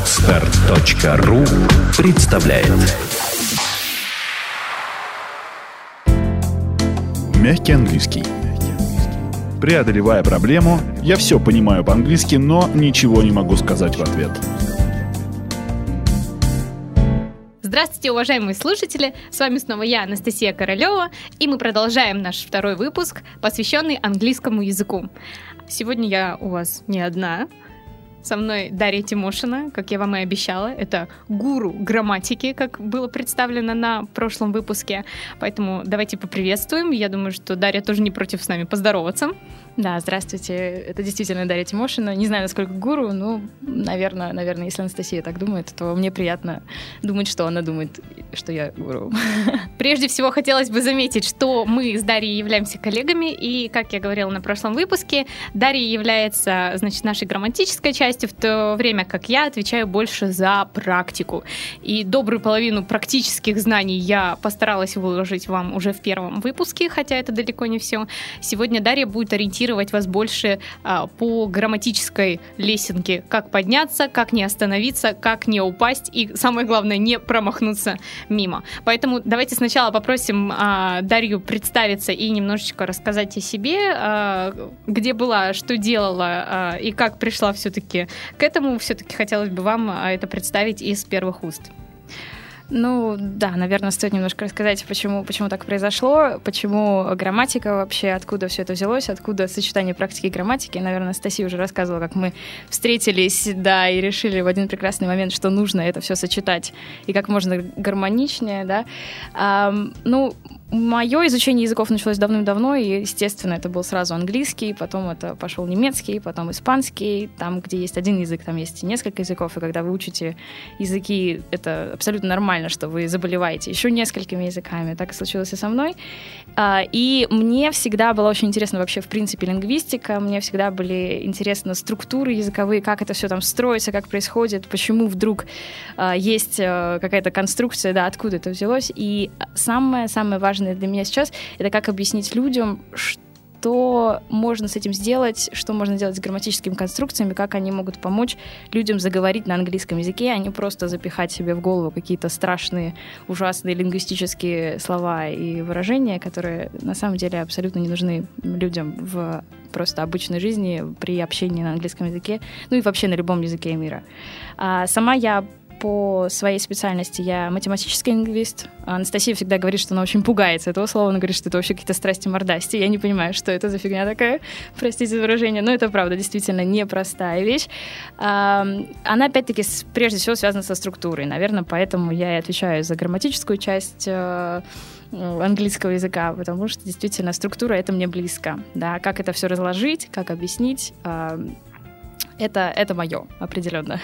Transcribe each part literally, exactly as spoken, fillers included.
Подстер точка ру представляет. Мягкий английский. Преодолевая проблему, я все понимаю по-английски, но ничего не могу сказать в ответ. Здравствуйте, уважаемые слушатели! С вами снова я, Анастасия Королева, и мы продолжаем наш второй выпуск, посвященный английскому языку. Сегодня я у вас не одна. Со мной Дарья Тимошина, как я вам и обещала. Это гуру грамматики, как было представлено на прошлом выпуске. Поэтому давайте поприветствуем. Я думаю, что Дарья тоже не против с нами поздороваться. Да, здравствуйте. Это действительно Дарья Тимошина. Не знаю, насколько гуру, но, наверное, наверное, если Анастасия так думает, то мне приятно думать, что она думает, что я гуру. Прежде всего, хотелось бы заметить, что мы с Дарьей являемся коллегами, и, как я говорила на прошлом выпуске, Дарья является, значит, нашей грамматической частью, в то время как я отвечаю больше за практику. И добрую половину практических знаний я постаралась выложить вам уже в первом выпуске, хотя это далеко не все. Сегодня Дарья будет ориентировать вас больше а, по грамматической лесенке, как подняться, как не остановиться, как не упасть и, самое главное, не промахнуться мимо. Поэтому давайте сначала попросим а, Дарью представиться и немножечко рассказать о себе, а, где была, что делала а, и как пришла все-таки к этому. Все-таки хотелось бы вам это представить из первых уст. Ну, да, наверное, стоит немножко рассказать, почему, почему так произошло, почему грамматика вообще, откуда все это взялось, откуда сочетание практики и грамматики. Наверное, Анастасия уже рассказывала, как мы встретились, да, и решили в один прекрасный момент, что нужно это все сочетать и как можно гармоничнее, да. А, ну, мое изучение языков началось давным-давно, и, естественно, это был сразу английский, потом это пошел немецкий, потом испанский. Там, где есть один язык, там есть несколько языков, и когда вы учите языки, это абсолютно нормально, что вы заболеваете еще несколькими языками. Так и случилось и со мной. И мне всегда была очень интересна вообще, в принципе, лингвистика. Мне всегда были интересны структуры языковые, как это все там строится, как происходит, почему вдруг есть какая-то конструкция, да, откуда это взялось. И самое-самое важное для меня сейчас — это как объяснить людям, что можно с этим сделать, что можно делать с грамматическими конструкциями, как они могут помочь людям заговорить на английском языке, а не просто запихать себе в голову какие-то страшные, ужасные лингвистические слова и выражения, которые на самом деле абсолютно не нужны людям в просто обычной жизни при общении на английском языке, ну и вообще на любом языке мира. А сама я по своей специальности я математический лингвист. Анастасия всегда говорит, что она очень пугается этого слова. Она говорит, что это вообще какие-то страсти-мордасти. Я не понимаю, что это за фигня такая, простите за выражение, но это правда действительно непростая вещь. Она, опять-таки, прежде всего связана со структурой. Наверное, поэтому я и отвечаю за грамматическую часть английского языка, потому что действительно структура — это мне близко. Да? Как это все разложить, как объяснить, это, это мое определенно.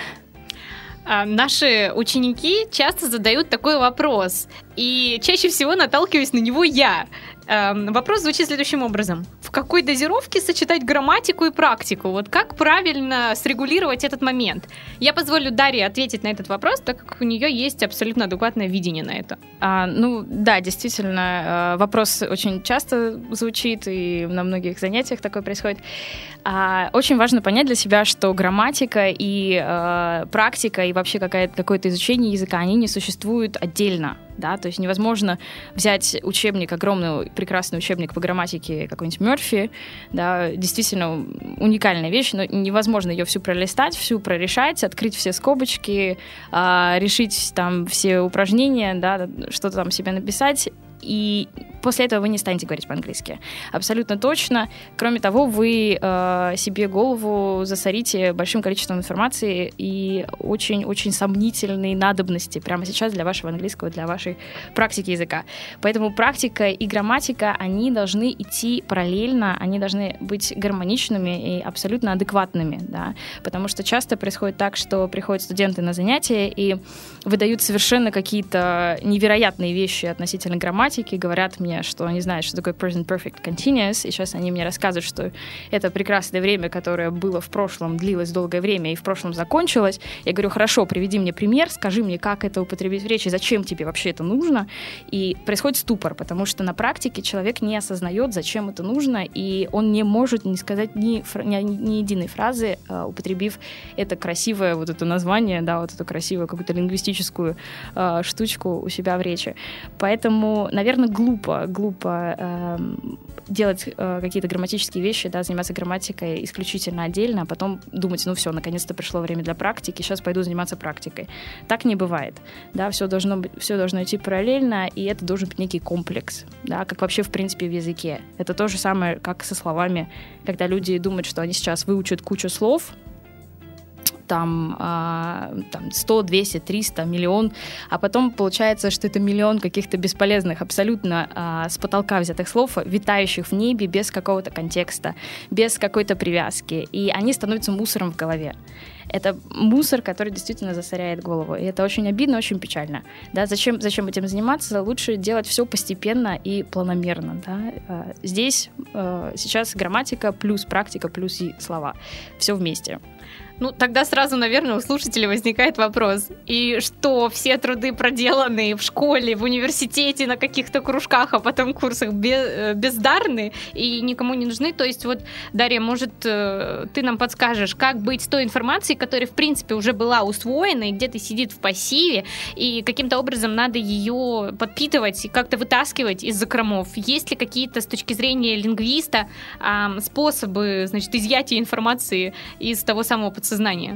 Наши ученики часто задают такой вопрос, и чаще всего наталкиваюсь на него я. Вопрос звучит следующим образом. В какой дозировке сочетать грамматику и практику? Вот как правильно срегулировать этот момент? Я позволю Дарье ответить на этот вопрос, так как у нее есть абсолютно адекватное видение на это. А, ну да, действительно, вопрос очень часто звучит, и на многих занятиях такое происходит. А, очень важно понять для себя, что грамматика и э, практика, и вообще какая-то, какое-то изучение языка, они не существуют отдельно. Да, то есть невозможно взять учебник, огромный прекрасный учебник по грамматике какой-нибудь Мёрфи, да, действительно уникальная вещь, но невозможно ее всю пролистать, всю прорешать, открыть все скобочки, э, решить там все упражнения, да, что-то там себе написать, и после этого вы не станете говорить по-английски. Абсолютно точно. Кроме того, вы э, себе голову засорите большим количеством информации и очень-очень сомнительной надобности прямо сейчас для вашего английского, для вашей практики языка. Поэтому практика и грамматика, они должны идти параллельно, они должны быть гармоничными и абсолютно адекватными, да? Потому что часто происходит так, что приходят студенты на занятия и выдают совершенно какие-то невероятные вещи относительно грамматики, грамматики, говорят мне, что они знают, что такое present perfect continuous, и сейчас они мне рассказывают, что это прекрасное время, которое было в прошлом, длилось долгое время и в прошлом закончилось. Я говорю, хорошо, приведи мне пример, скажи мне, как это употребить в речи, зачем тебе вообще это нужно. И происходит ступор, потому что на практике человек не осознает, зачем это нужно, и он не может не сказать ни, ни, ни единой фразы, употребив это красивое вот это название, да, вот эту красивую какую-то лингвистическую э, штучку у себя в речи. Поэтому, наверное, глупо, глупо э, делать э, какие-то грамматические вещи, да, заниматься грамматикой исключительно отдельно, а потом думать, ну все, наконец-то пришло время для практики, сейчас пойду заниматься практикой. Так не бывает, да, все должно быть, все должно идти параллельно, и это должен быть некий комплекс, да, как вообще в принципе в языке. Это то же самое, как со словами, когда люди думают, что они сейчас выучат кучу слов, там, а, там сто, двести, триста, миллион, а потом получается, что это миллион каких-то бесполезных, абсолютно а, с потолка взятых слов, витающих в небе без какого-то контекста, без какой-то привязки, и они становятся мусором в голове. Это мусор, который действительно засоряет голову. И это очень обидно, очень печально. Да, зачем, зачем этим заниматься? Лучше делать все постепенно и планомерно. Да? Здесь сейчас грамматика плюс практика плюс и слова. Все вместе. Ну, тогда сразу, наверное, у слушателей возникает вопрос. И что, все труды, проделанные в школе, в университете, на каких-то кружках, а потом курсах бездарны и никому не нужны? То есть вот, Дарья, может, ты нам подскажешь, как быть с той информацией, которая, в принципе, уже была усвоена и где-то сидит в пассиве, и каким-то образом надо ее подпитывать и как-то вытаскивать из закромов? Есть ли какие-то, с точки зрения лингвиста, способы, значит, изъятия информации из того самого подсознания? Сознание.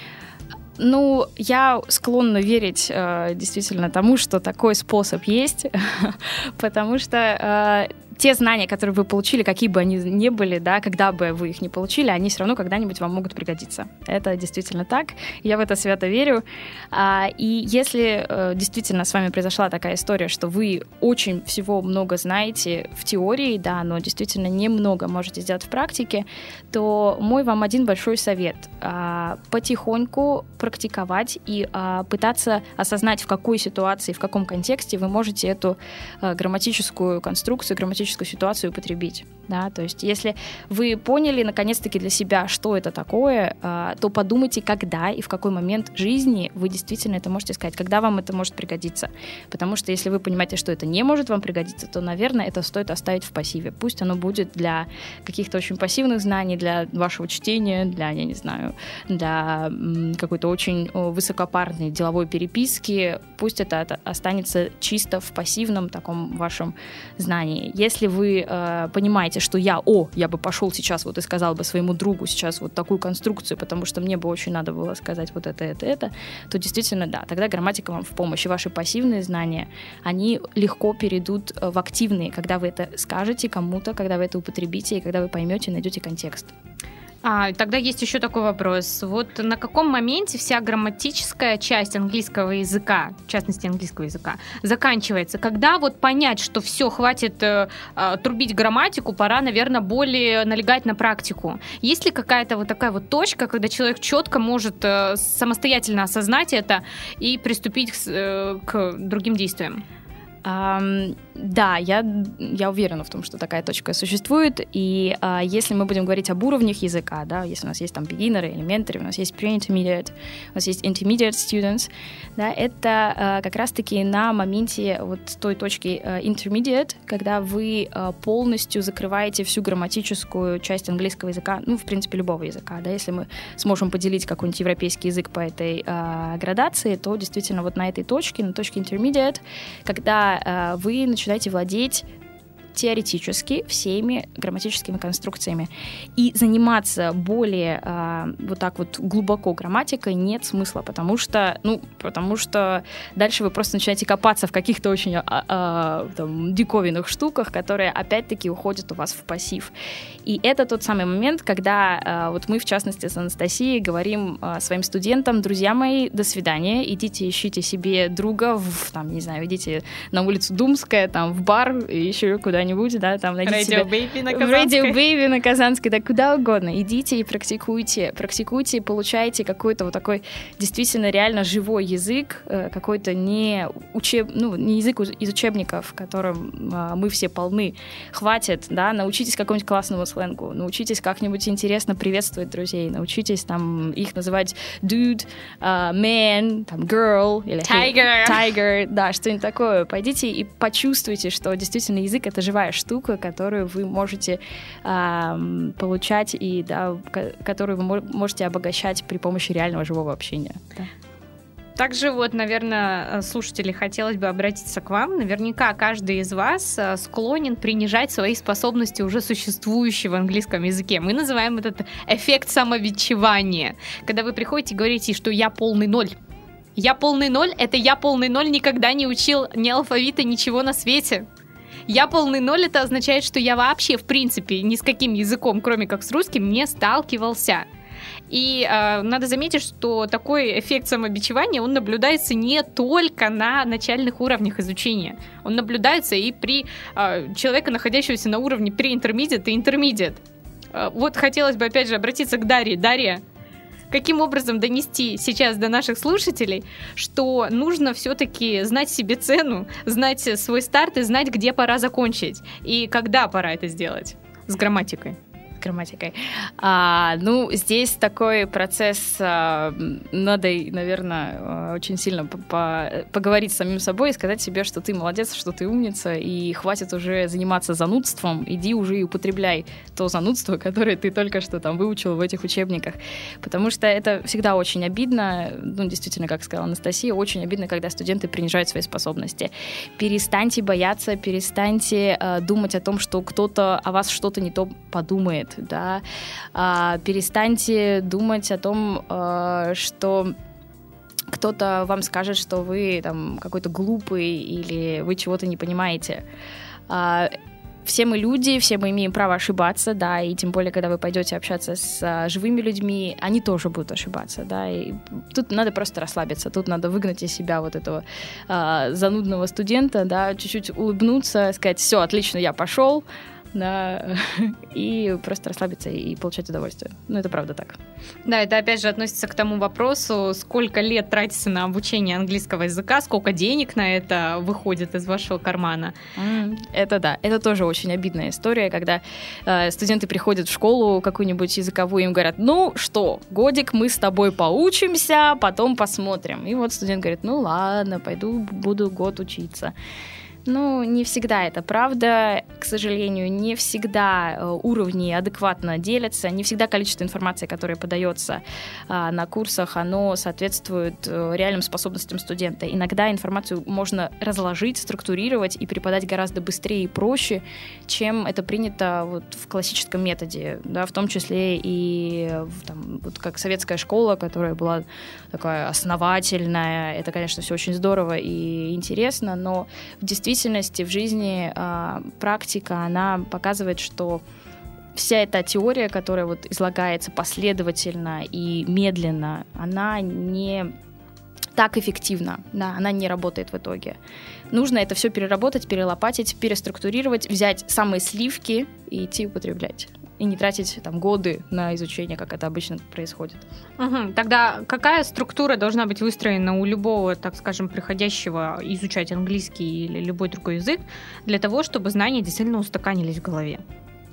Ну, я склонна верить э, действительно тому, что такой способ есть, потому что э, те знания, которые вы получили, какие бы они ни были, да, когда бы вы их не получили, они все равно когда-нибудь вам могут пригодиться. Это действительно так. Я в это свято верю. А, и если э, действительно с вами произошла такая история, что вы очень всего много знаете в теории, да, но действительно немного можете сделать в практике, то мой вам один большой совет. А, потихоньку практиковать и а, пытаться осознать, в какой ситуации, в каком контексте вы можете эту а, грамматическую конструкцию, грамматическую ситуацию употребить. Да? То есть если вы поняли наконец-таки для себя, что это такое, то подумайте, когда и в какой момент жизни вы действительно это можете сказать, когда вам это может пригодиться. Потому что если вы понимаете, что это не может вам пригодиться, то, наверное, это стоит оставить в пассиве. Пусть оно будет для каких-то очень пассивных знаний, для вашего чтения, для, я не знаю, для какой-то очень высокопарной деловой переписки. Пусть это останется чисто в пассивном таком вашем знании. Если вы э, понимаете, что я, о, я бы пошел сейчас вот и сказал бы своему другу сейчас вот такую конструкцию, потому что мне бы очень надо было сказать вот это, это, это, то действительно, да, тогда грамматика вам в помощь. И ваши пассивные знания, они легко перейдут в активные, когда вы это скажете кому-то, когда вы это употребите, и когда вы поймете, найдете контекст. А, тогда есть еще такой вопрос. Вот на каком моменте вся грамматическая часть английского языка, в частности английского языка, заканчивается? Когда вот понять, что все, хватит э, трубить грамматику, пора, наверное, более налегать на практику? Есть ли какая-то вот такая вот точка, когда человек четко может э, самостоятельно осознать это и приступить к, э, к другим действиям? Um, да, я, я уверена в том, что такая точка существует, и uh, если мы будем говорить об уровнях языка, да, если у нас есть там beginner, elementary, у нас есть pre-intermediate, у нас есть intermediate students, да, это uh, как раз-таки на моменте вот той точки uh, intermediate, когда вы uh, полностью закрываете всю грамматическую часть английского языка, ну, в принципе, любого языка, да, если мы сможем поделить какой-нибудь европейский язык по этой uh, градации, то действительно вот на этой точке, на точке intermediate, когда вы начинаете владеть теоретически всеми грамматическими конструкциями. И заниматься более э, вот так вот глубоко грамматикой нет смысла, потому что, ну, потому что дальше вы просто начинаете копаться в каких-то очень э, э, там, диковинных штуках, которые опять-таки уходят у вас в пассив. И это тот самый момент, когда э, вот мы, в частности, с Анастасией говорим э, своим студентам: друзья мои, до свидания, идите ищите себе друга, в, там, не знаю, идите на улицу Думская, там, в бар, и еще куда куда-нибудь, да, там найдите Radio себе... Baby на Казанской. Radio Baby на Казанской, да, куда угодно. Идите и практикуйте, практикуйте, получайте какой-то вот такой действительно реально живой язык, какой-то не, учеб... ну, не язык из учебников, которым а, мы все полны. Хватит, да, научитесь какому-нибудь классному сленгу, научитесь как-нибудь интересно приветствовать друзей, научитесь там их называть dude, uh, man, там, girl, или tiger, hey, tiger, да, что-нибудь такое. Пойдите и почувствуйте, что действительно язык — это живая штука, которую вы можете uh, получать и, да, которую вы можете обогащать при помощи реального живого общения. Да. Также вот, наверное, слушатели, хотелось бы обратиться к вам. Наверняка каждый из вас склонен принижать свои способности, уже существующие в английском языке. Мы называем этот эффект самобичевания. Когда вы приходите и говорите, что я полный ноль. Я полный ноль — это я полный ноль никогда не учил ни алфавита, ничего на свете. Я полный ноль — это означает, что я вообще, в принципе, ни с каким языком, кроме как с русским, не сталкивался. И э, надо заметить, что такой эффект самобичевания, он наблюдается не только на начальных уровнях изучения. Он наблюдается и при э, человеке, находящемся на уровне pre-intermediate и intermediate. Э, вот хотелось бы опять же обратиться к Дарье. Дарья, каким образом донести сейчас до наших слушателей, что нужно все-таки знать себе цену, знать свой старт и знать, где пора закончить, и когда пора это сделать с грамматикой? грамматикой. А, ну, здесь такой процесс, а, надо, наверное, очень сильно по- поговорить с самим собой и сказать себе, что ты молодец, что ты умница, и хватит уже заниматься занудством, иди уже и употребляй то занудство, которое ты только что там выучил в этих учебниках. Потому что это всегда очень обидно, ну, действительно, как сказала Анастасия, очень обидно, когда студенты принижают свои способности. Перестаньте бояться, перестаньте а, думать о том, что кто-то о вас что-то не то подумает. Да, а, перестаньте думать о том, а, что кто-то вам скажет, что вы там какой-то глупый или вы чего-то не понимаете. А, все мы люди, все мы имеем право ошибаться, да, и тем более, когда вы пойдете общаться с а, живыми людьми, они тоже будут ошибаться, да, и тут надо просто расслабиться, тут надо выгнать из себя вот этого а, занудного студента, да, чуть-чуть улыбнуться, сказать: все, отлично, я пошел, да, и просто расслабиться и получать удовольствие. Ну, это правда так. Да, это опять же относится к тому вопросу, сколько лет тратится на обучение английского языка, сколько денег на это выходит из вашего кармана. Mm, это да, это тоже очень обидная история, когда э, студенты приходят в школу какую-нибудь языковую, им говорят: ну что, годик мы с тобой поучимся, потом посмотрим. И вот студент говорит: ну ладно, пойду буду год учиться. Ну, не всегда это правда, к сожалению, не всегда э, уровни адекватно делятся, не всегда количество информации, которое подается э, на курсах, оно соответствует э, реальным способностям студента. Иногда информацию можно разложить, структурировать и преподать гораздо быстрее и проще, чем это принято вот в классическом методе, да, в том числе и там, вот как советская школа, которая была такая основательная. Это, конечно, все очень здорово и интересно, но в действительности В действительности, в жизни э, практика, она показывает, что вся эта теория, которая вот излагается последовательно и медленно, она не так эффективна, да, она не работает в итоге. Нужно это все переработать, перелопатить, переструктурировать, взять самые сливки и идти употреблять. И не тратить там годы на изучение, как это обычно происходит. Угу. Тогда какая структура должна быть выстроена у любого, так скажем, приходящего изучать английский или любой другой язык для того, чтобы знания действительно устаканились в голове?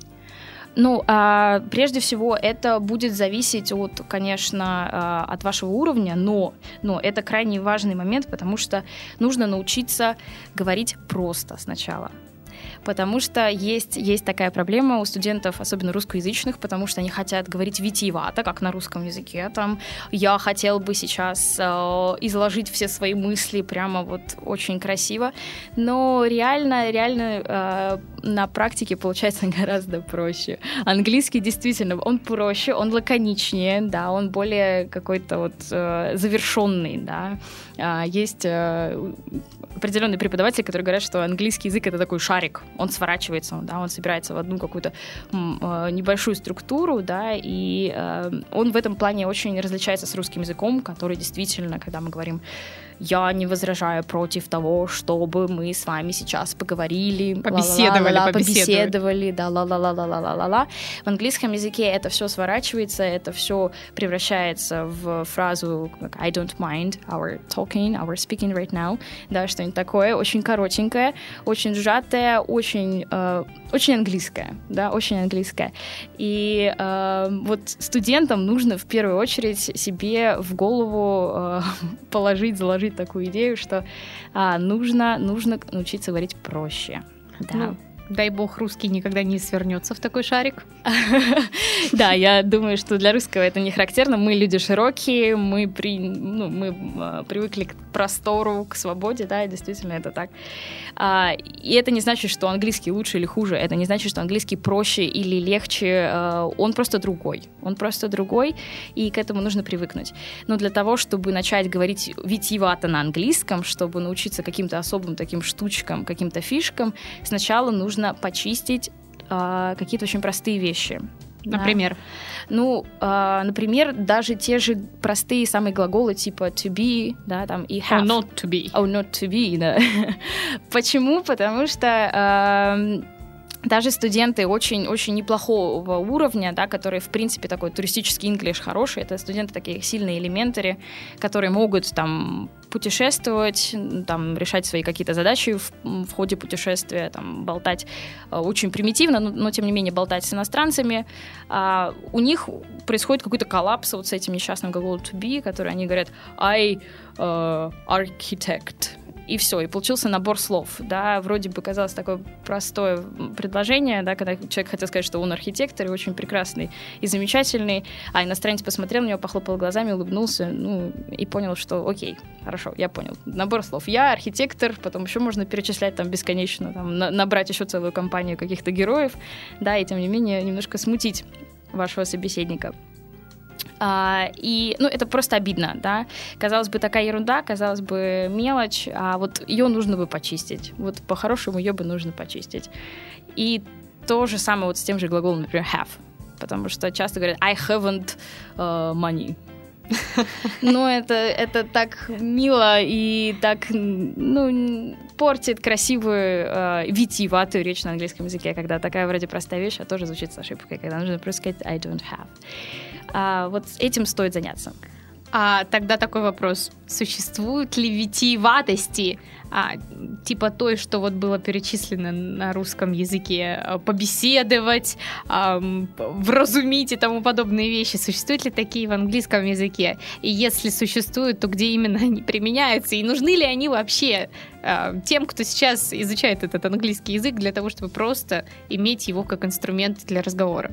Ну, а, прежде всего, это будет зависеть от, конечно, а, от вашего уровня, но, но это крайне важный момент, потому что нужно научиться говорить просто сначала. Потому что есть, есть такая проблема у студентов, особенно русскоязычных, потому что они хотят говорить витиевато, как на русском языке. Там я хотел бы сейчас э, изложить все свои мысли прямо вот очень красиво, но реально, реально э, на практике получается гораздо проще. Английский действительно, он проще, он лаконичнее, да, он более какой-то вот э, завершенный, да. Э, есть э, определенные преподаватели, которые говорят, что английский язык — это такой шарик, он сворачивается, да, он собирается в одну какую-то м, э, небольшую структуру, да, и э, он в этом плане очень различается с русским языком, который действительно, когда мы говорим я не возражаю против того, чтобы мы с вами сейчас поговорили, побеседовали, ла-ла-ла-ла, побеседовали. побеседовали, да, ла-ла-ла-ла-ла-ла-ла. В английском языке это все сворачивается, это все превращается в фразу I don't mind our talking, our speaking right now, да, что-нибудь такое, очень коротенькое, очень сжатое, очень, э, очень английское, да, очень английское. И э, вот студентам нужно в первую очередь себе в голову э, положить, заложить такую идею, что э, нужно, нужно научиться говорить проще. Да. Ну, дай бог, русский никогда не свернется в такой шарик. Да, я думаю, что для русского это не характерно. Мы люди широкие, мы, при, ну, мы э, привыкли к простору, к свободе, да, и действительно это так. А, и это не значит, что английский лучше или хуже, это не значит, что английский проще или легче, э, он просто другой. Он просто другой, и к этому нужно привыкнуть. Но для того, чтобы начать говорить витиевато на английском, чтобы научиться каким-то особым таким штучкам, каким-то фишкам, сначала нужно почистить э, какие-то очень простые вещи. Например? Да. Ну, э, например, даже те же простые самые глаголы типа to be, да, там и have. Oh, not to be. Oh, not to be, да. Почему? Потому что э, даже студенты очень-очень неплохого уровня, да, которые, в принципе, такой туристический инглиш хороший, это студенты такие сильные элементари, которые могут там путешествовать, там, решать свои какие-то задачи в, в ходе путешествия, там, болтать э, очень примитивно, но, но, тем не менее, болтать с иностранцами. А у них происходит какой-то коллапс вот с этим несчастным глаголом to be, который они говорят I uh, architect. И все, и получился набор слов, да, вроде бы казалось такое простое предложение, да, когда человек хотел сказать, что он архитектор и очень прекрасный и замечательный, а иностранец посмотрел на него, похлопал глазами, улыбнулся, ну, и понял, что окей, хорошо, я понял, набор слов, я архитектор, потом еще можно перечислять там бесконечно, там, на- набрать еще целую компанию каких-то героев, да, и тем не менее немножко смутить вашего собеседника. А, и, ну, это просто обидно, да. Казалось бы, такая ерунда, казалось бы, мелочь, а вот ее нужно бы почистить. Вот по-хорошему ее бы нужно почистить. И то же самое вот с тем же глаголом, например, have. Потому что часто говорят I haven't uh, money. Но это, это так мило и так, ну, портит красивую, э, витиеватую речь на английском языке, когда такая вроде простая вещь, а тоже звучит с ошибкой, когда нужно просто сказать I don't have. А вот этим стоит заняться. А тогда такой вопрос. Существуют ли витиеватости, а, типа той, что вот было перечислено на русском языке, побеседовать, а, вразумить и тому подобные вещи? Существуют ли такие в английском языке? И если существуют, то где именно они применяются? И нужны ли они вообще а, тем, кто сейчас изучает этот английский язык, для того, чтобы просто иметь его как инструмент для разговора?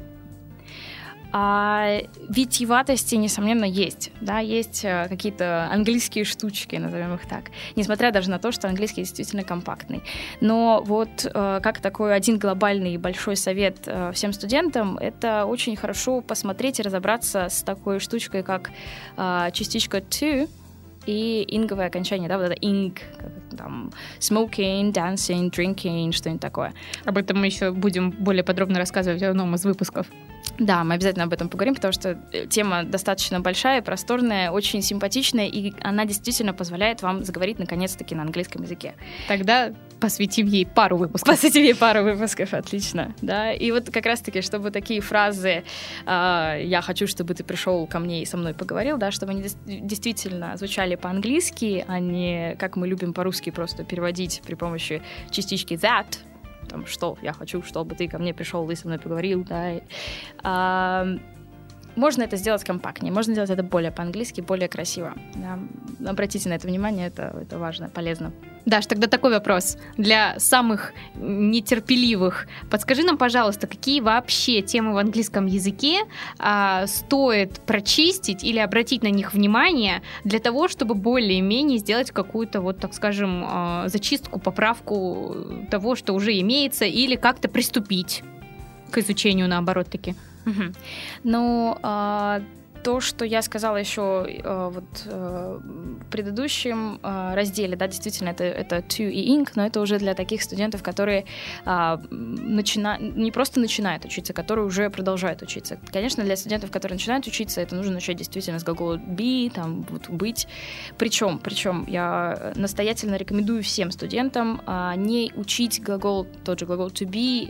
А витиеватости, несомненно, есть. Да, есть э, какие-то английские штучки, назовем их так. Несмотря даже на то, что английский действительно компактный. Но вот э, как такой один глобальный большой совет э, всем студентам, это очень хорошо посмотреть и разобраться с такой штучкой, как э, частичка to и инговое окончание, да, вот это ing, как, там, smoking, dancing, drinking, что-нибудь такое. Об этом мы еще будем более подробно рассказывать в одном из выпусков. Да, мы обязательно об этом поговорим, потому что тема достаточно большая, просторная, очень симпатичная, и она действительно позволяет вам заговорить наконец-таки на английском языке. Тогда посвятим ей пару выпусков. Посвятим ей пару выпусков, отлично. Да? И вот как раз-таки, чтобы такие фразы э, «я хочу, чтобы ты пришел ко мне и со мной поговорил», да, чтобы они действительно звучали по-английски, а не, как мы любим по-русски, просто переводить при помощи частички that, там, что я хочу, чтобы ты ко мне пришел и со мной поговорил, да. А, можно это сделать компактнее, можно сделать это более по-английски, более красиво. Да. Обратите на это внимание, это, это важно, полезно. Даш, тогда такой вопрос. Для самых нетерпеливых, подскажи нам, пожалуйста, какие вообще темы в английском языке а, стоит прочистить или обратить на них внимание для того, чтобы более-менее сделать какую-то, вот, так скажем, а, зачистку, поправку того, что уже имеется, или как-то приступить к изучению, наоборот-таки? Угу. Ну, а... то, что я сказала еще э, вот, э, в предыдущем э, разделе, да, действительно, это, это to и ink, но это уже для таких студентов, которые э, начина... не просто начинают учиться, которые уже продолжают учиться. Конечно, для студентов, которые начинают учиться, это нужно начать действительно с глагола be, там, вот, быть. Причем, причем я настоятельно рекомендую всем студентам э, не учить глагол, тот же глагол to be,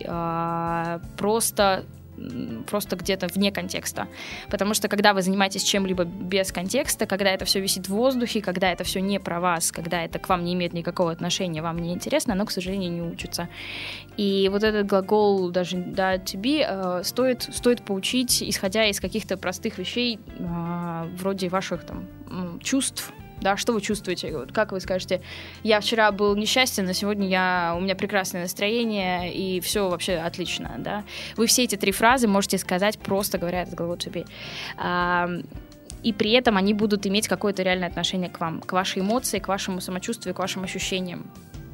э, просто просто где-то вне контекста. Потому что когда вы занимаетесь чем-либо без контекста, когда это все висит в воздухе, когда это все не про вас, когда это к вам не имеет никакого отношения, вам не интересно, оно, к сожалению, не учится. И вот этот глагол даже, да, to be, э, стоит, стоит поучить, исходя из каких-то простых вещей, э, вроде ваших там чувств. Да, что вы чувствуете? Вот как вы скажете, я вчера был несчастен, но сегодня я, у меня прекрасное настроение, и все вообще отлично, да? Вы все эти три фразы можете сказать, просто говоря этот глагол to be. А, и при этом они будут иметь какое-то реальное отношение к вам, к вашей эмоции, к вашему самочувствию, к вашим ощущениям.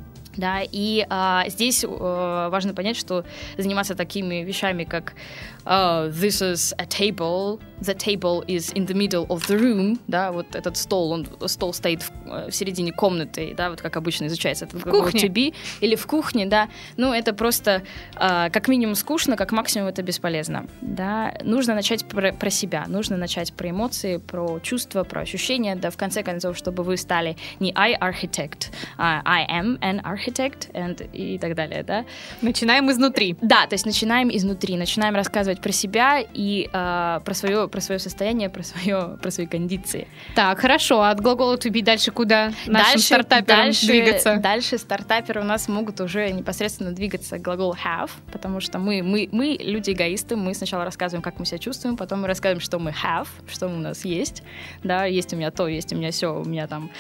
Да, и а, здесь а, важно понять, что заниматься такими вещами, как uh, this is a table, the table is in the middle of the room, да, вот этот стол, он, стол стоит в, в середине комнаты, да, вот как обычно изучается это в кухне. to be, или в кухне, да, ну, это просто а, как минимум скучно, как максимум это бесполезно, да, нужно начать про, про себя, нужно начать про эмоции, про чувства, про ощущения, да, в конце концов, чтобы вы стали не I architect, а I am an architect, and, и так далее, да. Начинаем изнутри. Да, то есть начинаем изнутри, начинаем рассказывать про себя и э, про свое, про свое состояние, про, свое, про свои кондиции. Так, хорошо. От глагола to be дальше куда нашим дальше, стартаперам дальше, двигаться? Дальше стартаперы у нас могут уже непосредственно двигаться к глаголу have, потому что мы, мы, мы люди эгоисты, мы сначала рассказываем, как мы себя чувствуем, потом мы рассказываем, что мы have, что у нас есть. Да, есть у меня то, есть у меня все, у меня там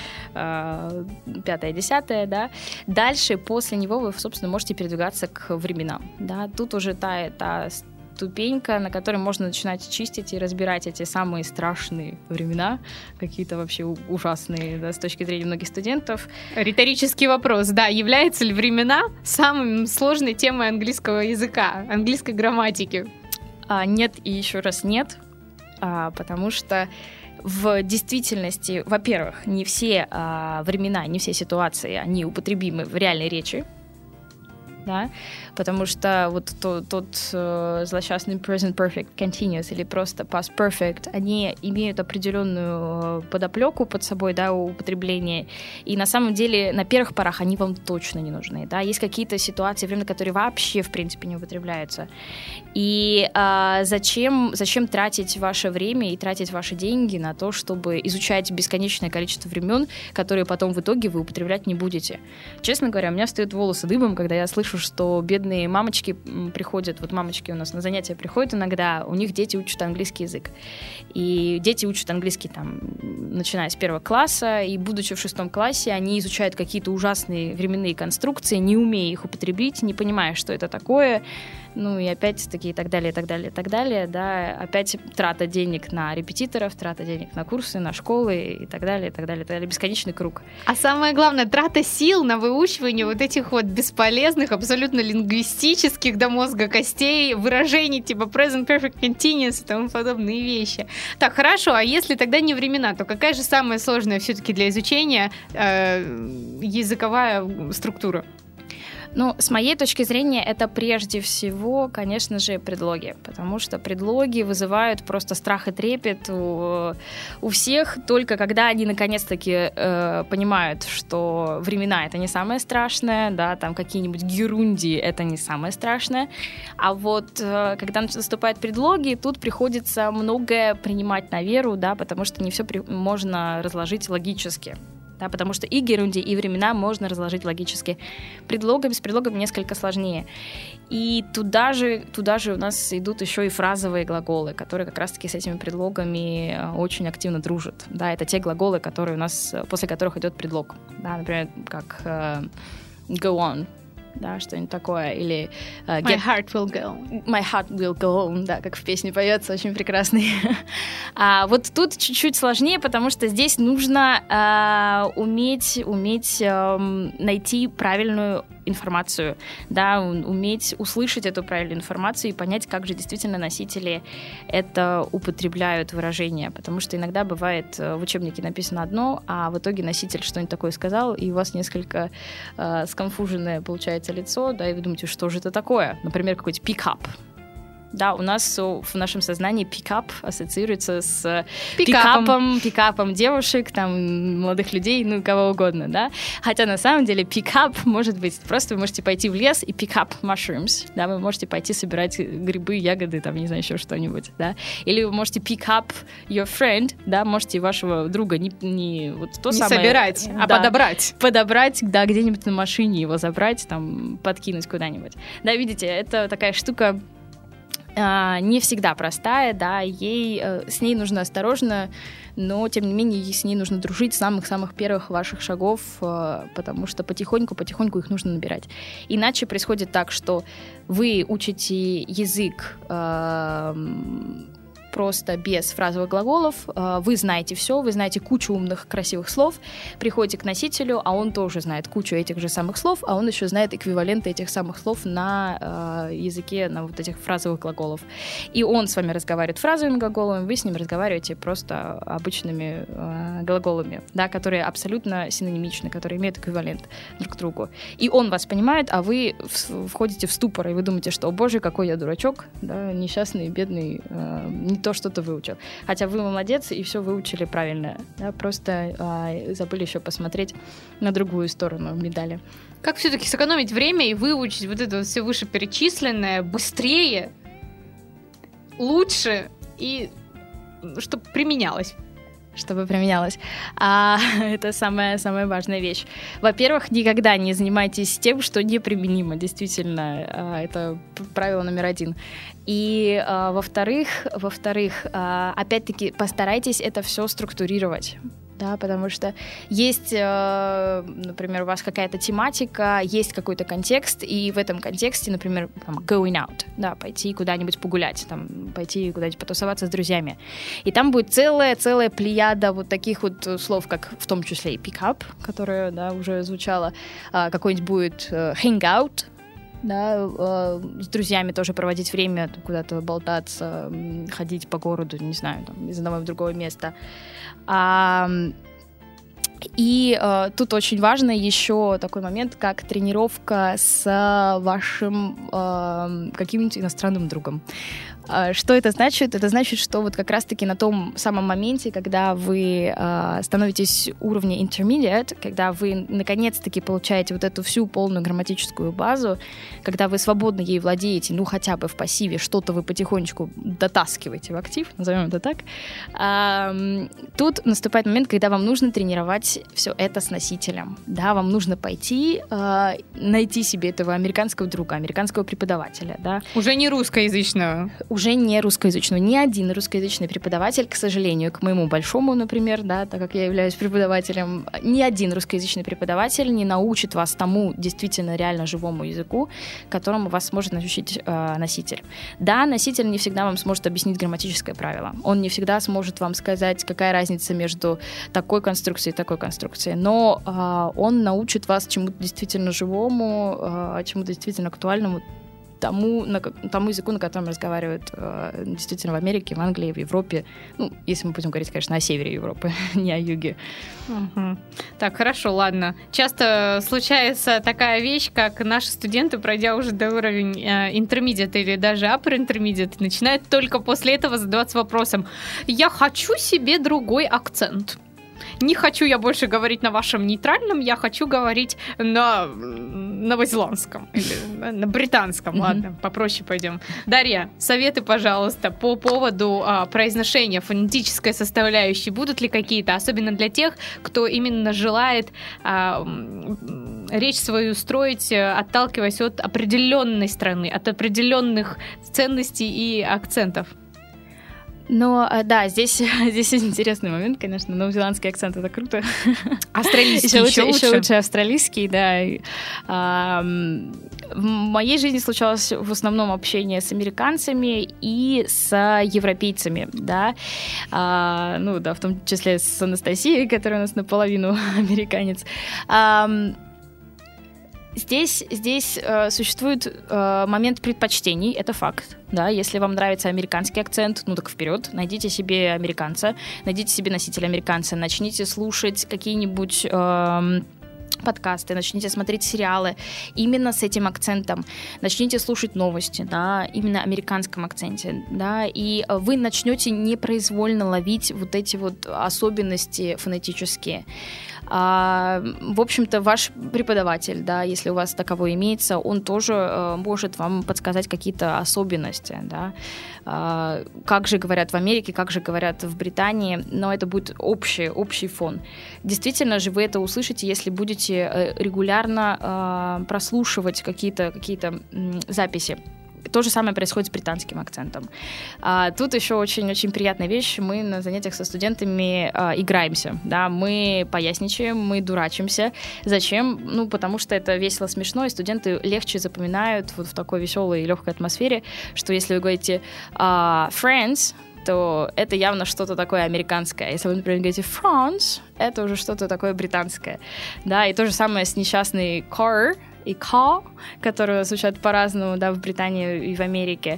э, пятое, десятое, да. Дальше, после него вы, собственно, можете передвигаться к временам. Да. Тут уже та, та ступенька, на которой можно начинать чистить и разбирать эти самые страшные времена, какие-то вообще ужасные, да, с точки зрения многих студентов. Риторический вопрос, да, являются ли времена самой сложной темой английского языка, английской грамматики? А, нет и еще раз нет, а, потому что в действительности, во-первых, не все а, времена, не все ситуации, они употребимы в реальной речи, да, потому что вот тот, тот э, злосчастный present perfect continuous или просто past perfect, они имеют определенную подоплеку под собой, да, употребления, и на самом деле на первых порах они вам точно не нужны, да, есть какие-то ситуации, времена, которые вообще, в принципе, не употребляются, и э, зачем, зачем тратить ваше время и тратить ваши деньги на то, чтобы изучать бесконечное количество времен, которые потом в итоге вы употреблять не будете. Честно говоря, у меня встают волосы дыбом, когда я слышу, что бедные мамочки приходят, вот мамочки у нас на занятия приходят иногда, у них дети учат английский язык. И дети учат английский там, начиная с первого класса, и будучи в шестом классе, они изучают какие-то ужасные временные конструкции, не умея их употребить, не понимая, что это такое, ну и опять-таки и так далее, и так далее, и так далее, да, опять трата денег на репетиторов, трата денег на курсы, на школы и так далее, и так далее, и так далее, бесконечный круг. А самое главное, трата сил на выучивание вот этих вот бесполезных, абсолютно лингвистических до мозга костей выражений типа present perfect continuous и тому подобные вещи. Так, хорошо, а если тогда не времена, то какая же самая сложная все-таки для изучения э, языковая структура? Ну, с моей точки зрения, это прежде всего, конечно же, предлоги, потому что предлоги вызывают просто страх и трепет у, у всех, только когда они наконец-таки э, понимают, что времена — это не самое страшное, да, там какие-нибудь герундии — это не самое страшное, а вот э, когда наступают предлоги, тут приходится многое принимать на веру, да, потому что не все при- можно разложить логически. Да, потому что и герундии, и времена можно разложить логически. Предлогами, с предлогами несколько сложнее. И туда же, туда же у нас идут еще и фразовые глаголы, которые как раз-таки с этими предлогами очень активно дружат. Да, это те глаголы, которые у нас, после которых идет предлог. Да, например, как uh, go on. Да, что-нибудь такое, или uh, get... My heart will go. My heart will go on, да, как в песне поется, очень прекрасный. а вот тут чуть-чуть сложнее, потому что здесь нужно uh, уметь, уметь um, найти правильную информацию, да, уметь услышать эту правильную информацию и понять, как же действительно носители это употребляют выражение, потому что иногда бывает в учебнике написано одно, а в итоге носитель что-нибудь такое сказал, и у вас несколько э, сконфуженное получается лицо, да, и вы думаете, что же это такое? Например, какой-то pick up. Да, у нас в нашем сознании пикап ассоциируется с Пикапом. пикапом, пикапом девушек, там, молодых людей, ну, кого угодно, да. Хотя на самом деле пикап может быть просто вы можете пойти в лес и pick up mushrooms, да, вы можете пойти собирать грибы, ягоды, там, не знаю, еще что-нибудь, да. Или вы можете pick up your friend, да, можете вашего друга не, не вот то не самое... собирать, да, а подобрать. Подобрать, да, где-нибудь на машине его забрать, там, подкинуть куда-нибудь. Да, видите, это такая штука Uh, не всегда простая, да, ей, uh, с ней нужно осторожно, но, тем не менее, с ней нужно дружить с самых-самых первых ваших шагов, uh, потому что потихоньку-потихоньку их нужно набирать. Иначе происходит так, что вы учите язык uh, просто без фразовых глаголов, вы знаете все, вы знаете кучу умных, красивых слов, приходите к носителю, а он тоже знает кучу этих же самых слов, а он еще знает эквиваленты этих самых слов на э, языке, на вот этих фразовых глаголов. И он с вами разговаривает фразовыми глаголами, вы с ним разговариваете просто обычными э, глаголами, да, которые абсолютно синонимичны, которые имеют эквивалент друг к другу. И он вас понимает, а вы в, входите в ступор, и вы думаете, что, о боже, какой я дурачок, да, несчастный, бедный, э, не то что-то выучил. Хотя вы молодец, и все выучили правильно. Да, просто а, забыли еще посмотреть на другую сторону медали. Как все-таки сэкономить время и выучить вот это вот все вышеперечисленное быстрее, лучше и чтобы применялось? Чтобы применялось. А, это самая, самая важная вещь. Во-первых, никогда не занимайтесь тем, что неприменимо. Действительно, а, это правило номер один. И а, во-вторых, во-вторых, а, опять-таки постарайтесь это все структурировать. Да, потому что есть, э, например, у вас какая-то тематика, есть какой-то контекст, и в этом контексте, например, там, going out, да, пойти куда-нибудь погулять, там, пойти куда-нибудь потусоваться с друзьями. И там будет целая-целая плеяда вот таких вот слов, как в том числе и pick up, которое, да, уже звучало, э, какой-нибудь будет э, hang out, да, э, с друзьями тоже проводить время, куда-то болтаться, ходить по городу, не знаю, там, из одного в другое место. А, и э, тут очень важно еще такой момент, как тренировка с вашим э, каким-нибудь иностранным другом. Что это значит? Это значит, что вот как раз-таки на том самом моменте, когда вы э, становитесь уровня intermediate, когда вы наконец-таки получаете вот эту всю полную грамматическую базу, когда вы свободно ей владеете, ну хотя бы в пассиве, что-то вы потихонечку дотаскиваете в актив, назовем это так, э, тут наступает момент, когда вам нужно тренировать все это с носителем. Да, вам нужно пойти, э, найти себе этого американского друга, американского преподавателя. Да. Уже не русскоязычного. Уже не русскоязычного. Ни один русскоязычный преподаватель, к сожалению, к моему большому, например, да, так как я являюсь преподавателем, ни один русскоязычный преподаватель не научит вас тому действительно реально живому языку, которому вас сможет научить э, носитель. Да, носитель не всегда вам сможет объяснить грамматическое правило. Он не всегда сможет вам сказать, какая разница между такой конструкцией и такой конструкцией. Но э, он научит вас чему-то действительно живому, э, чему-то действительно актуальному, Тому, на, тому языку, на котором разговаривают э, действительно в Америке, в Англии, в Европе. Ну, если мы будем говорить, конечно, о севере Европы, не о юге. Угу. Так, хорошо, ладно. Часто случается такая вещь, как наши студенты, пройдя уже до уровня э, intermediate или даже upper intermediate, начинают только после этого задаваться вопросом: я хочу себе другой акцент. Не хочу я больше говорить на вашем нейтральном, я хочу говорить на новозеландском или на британском. Mm-hmm. Ладно, попроще пойдем. Дарья, советы, пожалуйста, по поводу а, произношения, фонетической составляющей. Будут ли какие-то, особенно для тех, кто именно желает а, речь свою строить, отталкиваясь от определенной страны, от определенных ценностей и акцентов? Но да, здесь, здесь интересный момент, конечно, новозеландский акцент — это круто. Австралийский еще, еще лучше. Еще лучше австралийский, да. А, в моей жизни случалось в основном общение с американцами и с европейцами, да. А, ну да, в том числе с Анастасией, которая у нас наполовину американец. А, Здесь, здесь э, существует э, момент предпочтений, это факт. Да? Если вам нравится американский акцент, ну так вперед, найдите себе американца, найдите себе носителя американца, начните слушать какие-нибудь... Э, подкасты, начните смотреть сериалы именно с этим акцентом, начните слушать новости, да, именно в американском акценте, да, и вы начнете непроизвольно ловить вот эти вот особенности фонетические. А, в общем-то, ваш преподаватель, да, если у вас таковой имеется, он тоже а, может вам подсказать какие-то особенности, да, а, как же говорят в Америке, как же говорят в Британии, но это будет общий, общий фон. Действительно же вы это услышите, если будете регулярно а, прослушивать какие-то, какие-то м, записи. То же самое происходит с британским акцентом. А, тут еще очень-очень приятная вещь. Мы на занятиях со студентами а, играемся. Да? Мы поясничаем, мы дурачимся. Зачем? Ну, потому что это весело, смешно, и студенты легче запоминают вот в такой веселой и легкой атмосфере, что если вы говорите а, «friends», то это явно что-то такое американское. Если вы, например, говорите «France», это уже что-то такое британское. Да? И то же самое с несчастной «car», и car, которые звучат по-разному, да, в Британии и в Америке.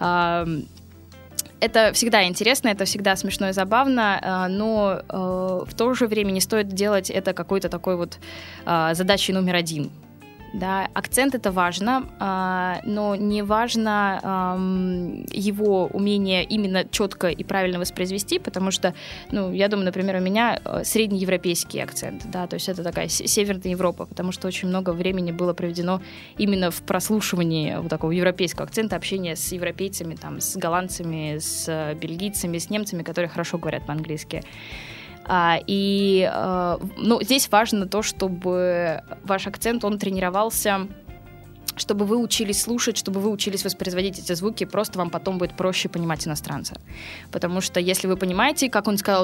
Это всегда интересно, это всегда смешно и забавно, но в то же время не стоит делать это какой-то такой вот задачей номер один. Да, акцент — это важно, но не важно его умение именно четко и правильно воспроизвести, потому что, ну, я думаю, например, у меня среднеевропейский акцент, да, то есть это такая Северная Европа, потому что очень много времени было проведено именно в прослушивании вот такого европейского акцента, общения с европейцами, там, с голландцами, с бельгийцами, с немцами, которые хорошо говорят по-английски. А, и а, ну, здесь важно то, чтобы ваш акцент, он тренировался, чтобы вы учились слушать, чтобы вы учились воспроизводить эти звуки, просто вам потом будет проще понимать иностранца. Потому что если вы понимаете, как он сказал,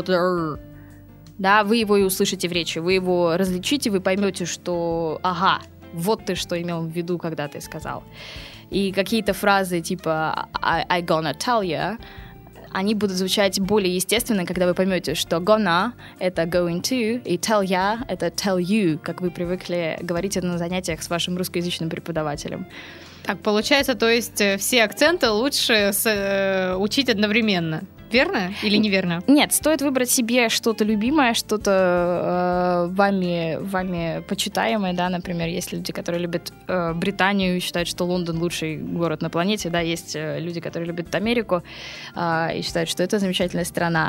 да, вы его и услышите в речи, вы его различите, вы поймете, что ага, вот ты что имел в виду, когда ты сказал. И какие-то фразы типа I, I gonna tell you, они будут звучать более естественно, когда вы поймете, что gonna — это going to, и tell ya — это tell you, как вы привыкли говорить это на занятиях с вашим русскоязычным преподавателем. Так, получается, то есть все акценты лучше с, э, учить одновременно. Верно или неверно? Нет, стоит выбрать себе что-то любимое, что-то э, вами, вами почитаемое, да, например, есть люди, которые любят э, Британию и считают, что Лондон лучший город на планете, да, есть э, люди, которые любят Америку э, и считают, что это замечательная страна.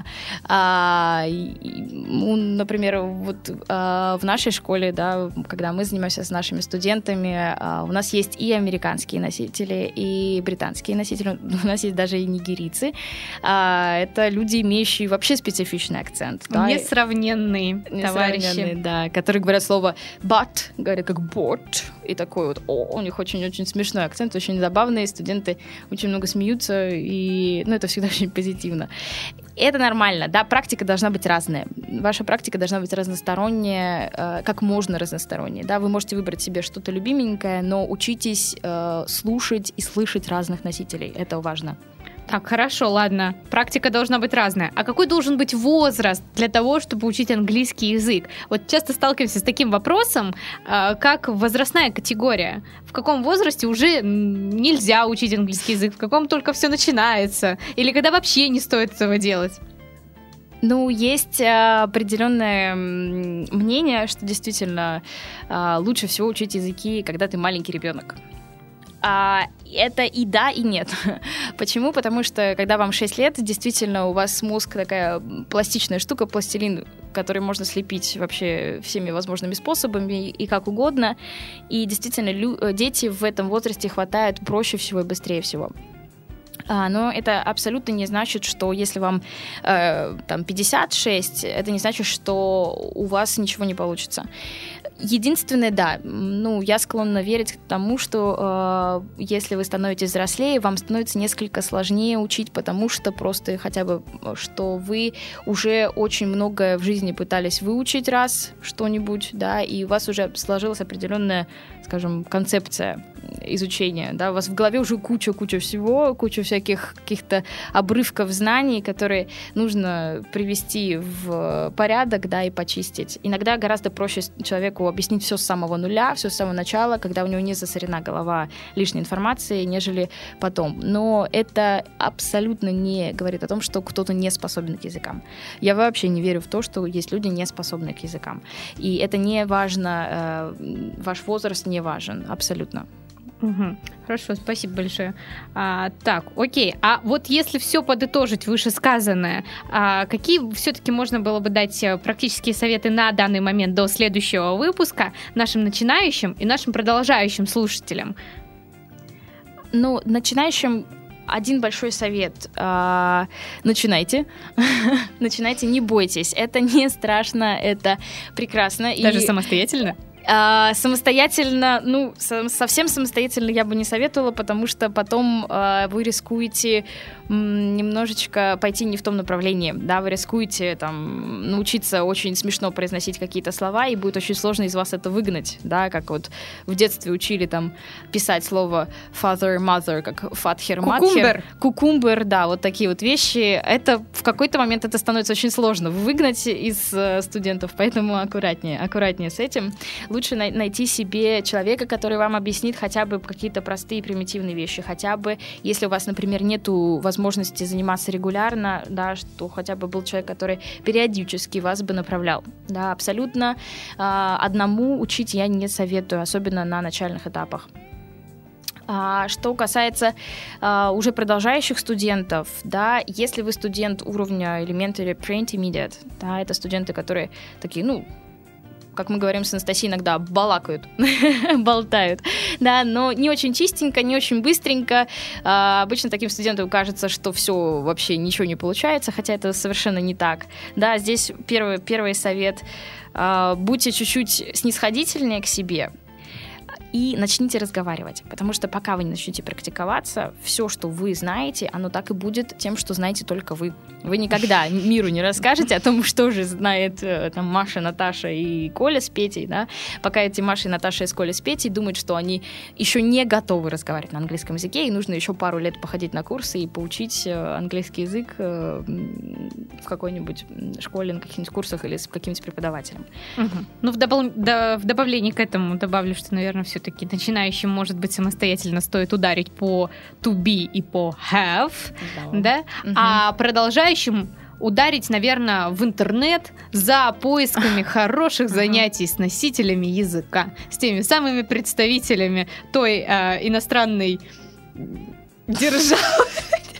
А, и, ну, например, вот э, в нашей школе, да, когда мы занимаемся с нашими студентами, э, у нас есть и американские носители, и британские носители, у нас есть даже и нигерийцы. Э, Это люди, имеющие вообще специфичный акцент. Да? Несравненные товарищи. Да, которые говорят слово but, говорят как bot, и такой вот, о, у них очень-очень смешной акцент, очень забавный, студенты очень много смеются, и, ну, это всегда очень позитивно. Это нормально, да, практика должна быть разная. Ваша практика должна быть разносторонняя, э, как можно разносторонняя, да, вы можете выбрать себе что-то любименькое, но учитесь э, слушать и слышать разных носителей, это важно. Так, хорошо, ладно. Практика должна быть разная. А какой должен быть возраст для того, чтобы учить английский язык? Вот часто сталкиваемся с таким вопросом, как возрастная категория. В каком возрасте уже нельзя учить английский язык, в каком только все начинается, или когда вообще не стоит этого делать? Ну, есть определенное мнение, что действительно лучше всего учить языки, когда ты маленький ребенок. А, это и да, и нет. Почему? Потому что, когда вам шесть лет, действительно, у вас мозг такая пластичная штука, пластилин, который можно слепить вообще всеми возможными способами и как угодно. И действительно, лю- дети в этом возрасте хватают проще всего и быстрее всего. А, но это абсолютно не значит, что если вам э, там пятьдесят шесть, это не значит, что у вас ничего не получится. Единственное, да, ну, я склонна верить к тому, что э, если вы становитесь взрослее, вам становится несколько сложнее учить, потому что просто хотя бы, что вы уже очень многое в жизни пытались выучить раз что-нибудь, да, и у вас уже сложилась определенная, скажем, концепция изучения, да, у вас в голове уже куча-куча всего, куча всяких каких-то обрывков знаний, которые нужно привести в порядок, да, и почистить. Иногда гораздо проще человеку объяснить все с самого нуля, все с самого начала, когда у него не засорена голова лишней информацией, нежели потом. Но это абсолютно не говорит о том, что кто-то не способен к языкам. Я вообще не верю в то, что есть люди, не способные к языкам. И это не важно, э, ваш возраст не важен, абсолютно. Угу. Хорошо, спасибо большое. А, так, окей. А вот если все подытожить вышесказанное, а какие все-таки можно было бы дать практические советы на данный момент до следующего выпуска нашим начинающим и нашим продолжающим слушателям? Ну, начинающим один большой совет. А, начинайте. Начинайте, не бойтесь. Это не страшно, это прекрасно. Даже и... самостоятельно? А, самостоятельно, ну, со- совсем самостоятельно я бы не советовала, потому что потом а, вы рискуете м, немножечко пойти не в том направлении, да, вы рискуете там научиться очень смешно произносить какие-то слова, и будет очень сложно из вас это выгнать, да, как вот в детстве учили там писать слово father, mother, как фатхер, матхер. Кукумбер, да, вот такие вот вещи, это в какой-то момент это становится очень сложно выгнать из э, студентов, поэтому аккуратнее, аккуратнее с этим. Лучше най- найти себе человека, который вам объяснит хотя бы какие-то простые примитивные вещи, хотя бы, если у вас, например, нету возможности заниматься регулярно, да, что хотя бы был человек, который периодически вас бы направлял. Да, абсолютно э, одному учить я не советую, особенно на начальных этапах. А, что касается а, уже продолжающих студентов, да, если вы студент уровня Elementary Pre-Intermediate, да, это студенты, которые такие, ну, как мы говорим с Анастасией, иногда балакают, болтают, да, но не очень чистенько, не очень быстренько. А, обычно таким студентам кажется, что все, вообще ничего не получается, хотя это совершенно не так. Да, здесь первый, первый совет. А, будьте чуть-чуть снисходительнее к себе и начните разговаривать, потому что пока вы не начнете практиковаться, все, что вы знаете, оно так и будет тем, что знаете только вы. Вы никогда миру не расскажете о том, что же знает там Маша, Наташа и Коля с Петей, да? Пока эти Маша, Наташа и Коля с Петей думают, что они еще не готовы разговаривать на английском языке, и нужно еще пару лет походить на курсы и поучить английский язык в какой-нибудь школе, на каких-нибудь курсах или с каким-нибудь преподавателем. Угу. Ну, в, добав... да, в добавлении к этому добавлю, что, наверное, все-таки начинающим, может быть, самостоятельно стоит ударить по to be и по have, да? да? Угу. А продолжающим ударить, наверное, в интернет за поисками хороших занятий с носителями языка, с теми самыми представителями той э, иностранной державы,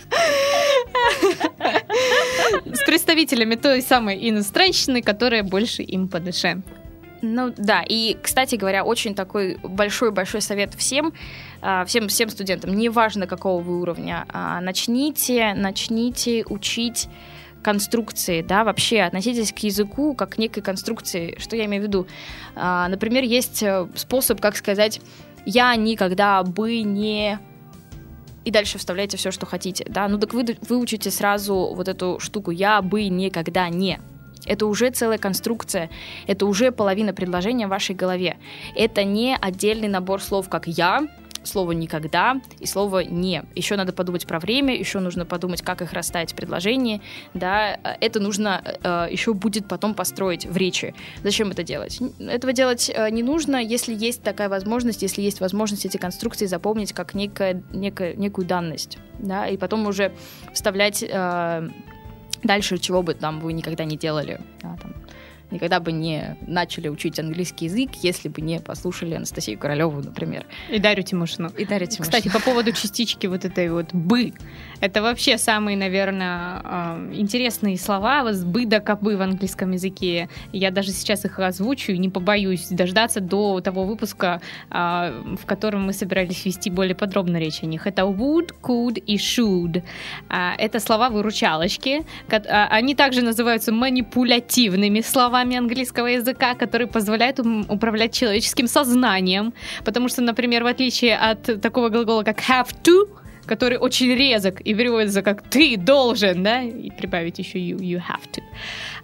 с представителями той самой иностранщины, которая больше им по душе. Ну да, и, кстати говоря, очень такой большой-большой совет всем, всем, всем студентам, неважно какого вы уровня, начните, начните учить конструкции, да, вообще относитесь к языку как к некой конструкции. Что я имею в виду? Например, есть способ, как сказать, я никогда бы не... И дальше вставляйте все, что хотите, да, ну так вы выучите сразу вот эту штуку «я бы никогда не». Это уже целая конструкция, это уже половина предложения в вашей голове. Это не отдельный набор слов, как «я», слово «никогда» и слово «не». Еще надо подумать про время, еще нужно подумать, как их расставить в предложении. Да? Это нужно э, еще будет потом построить в речи. Зачем это делать? Этого делать э, не нужно, если есть такая возможность, если есть возможность эти конструкции запомнить как некая, некая, некую данность. Да? И потом уже вставлять... Э, дальше, чего бы там вы никогда не делали, да, там, никогда бы не начали учить английский язык, если бы не послушали Анастасию Королеву, например. И Дарью Тимошину. И Дарью Тимошину. Кстати, по поводу частички вот этой вот «бы», это вообще самые, наверное, интересные слова, вот «бы» да «кабы» в английском языке. Я даже сейчас их озвучу и не побоюсь дождаться до того выпуска, в котором мы собирались вести более подробно речь о них. Это would, could и should. Это слова-выручалочки. Они также называются манипулятивными словами английского языка, которые позволяют управлять человеческим сознанием. Потому что, например, в отличие от такого глагола, как have to, который очень резок и переводится как «ты должен», да, и прибавить еще you, you have to.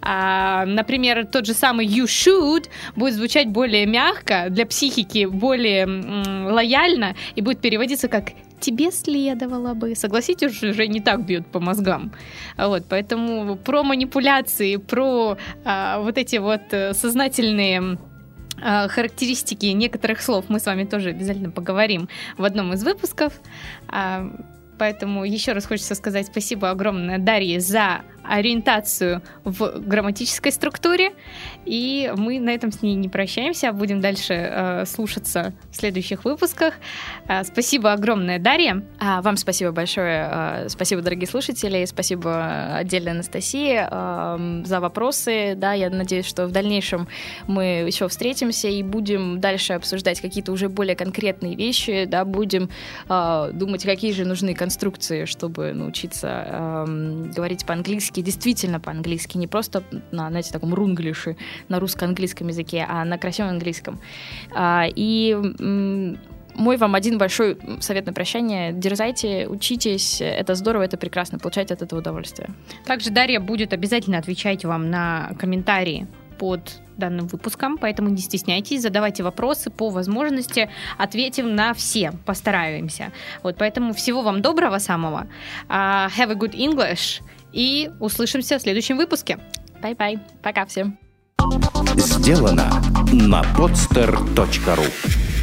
А, например, тот же самый you should будет звучать более мягко, для психики более м, лояльно и будет переводиться как «тебе следовало бы». Согласитесь, уже не так бьет по мозгам. Вот, поэтому про манипуляции, про а, вот эти вот сознательные а, характеристики некоторых слов мы с вами тоже обязательно поговорим в одном из выпусков. А, поэтому еще раз хочется сказать спасибо огромное Дарье за ориентацию в грамматической структуре. И мы на этом с ней не прощаемся, а будем дальше э, слушаться в следующих выпусках. Э, спасибо огромное, Дарья. А, вам спасибо большое. Э, спасибо, дорогие слушатели. Спасибо отдельно Анастасии э, за вопросы. Да, я надеюсь, что в дальнейшем мы еще встретимся и будем дальше обсуждать какие-то уже более конкретные вещи. Да, будем э, думать, какие же нужны конструкции, чтобы научиться э, говорить по-английски, действительно по-английски, не просто на, знаете, таком рунглише, на русско-английском языке, а на красивом английском. И м- мой вам один большой совет на прощание. Дерзайте, учитесь, это здорово, это прекрасно, получайте от этого удовольствие. Также Дарья будет обязательно отвечать вам на комментарии под данным выпуском, поэтому не стесняйтесь, задавайте вопросы, по возможности ответим на все, постараемся. Вот, поэтому всего вам доброго самого. Uh, have a good English. И услышимся в следующем выпуске. Бай-бай. Пока всем. Сделано на podster точка ру.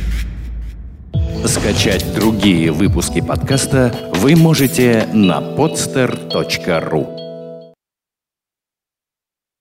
Скачать другие выпуски подкаста вы можете на podster точка ру.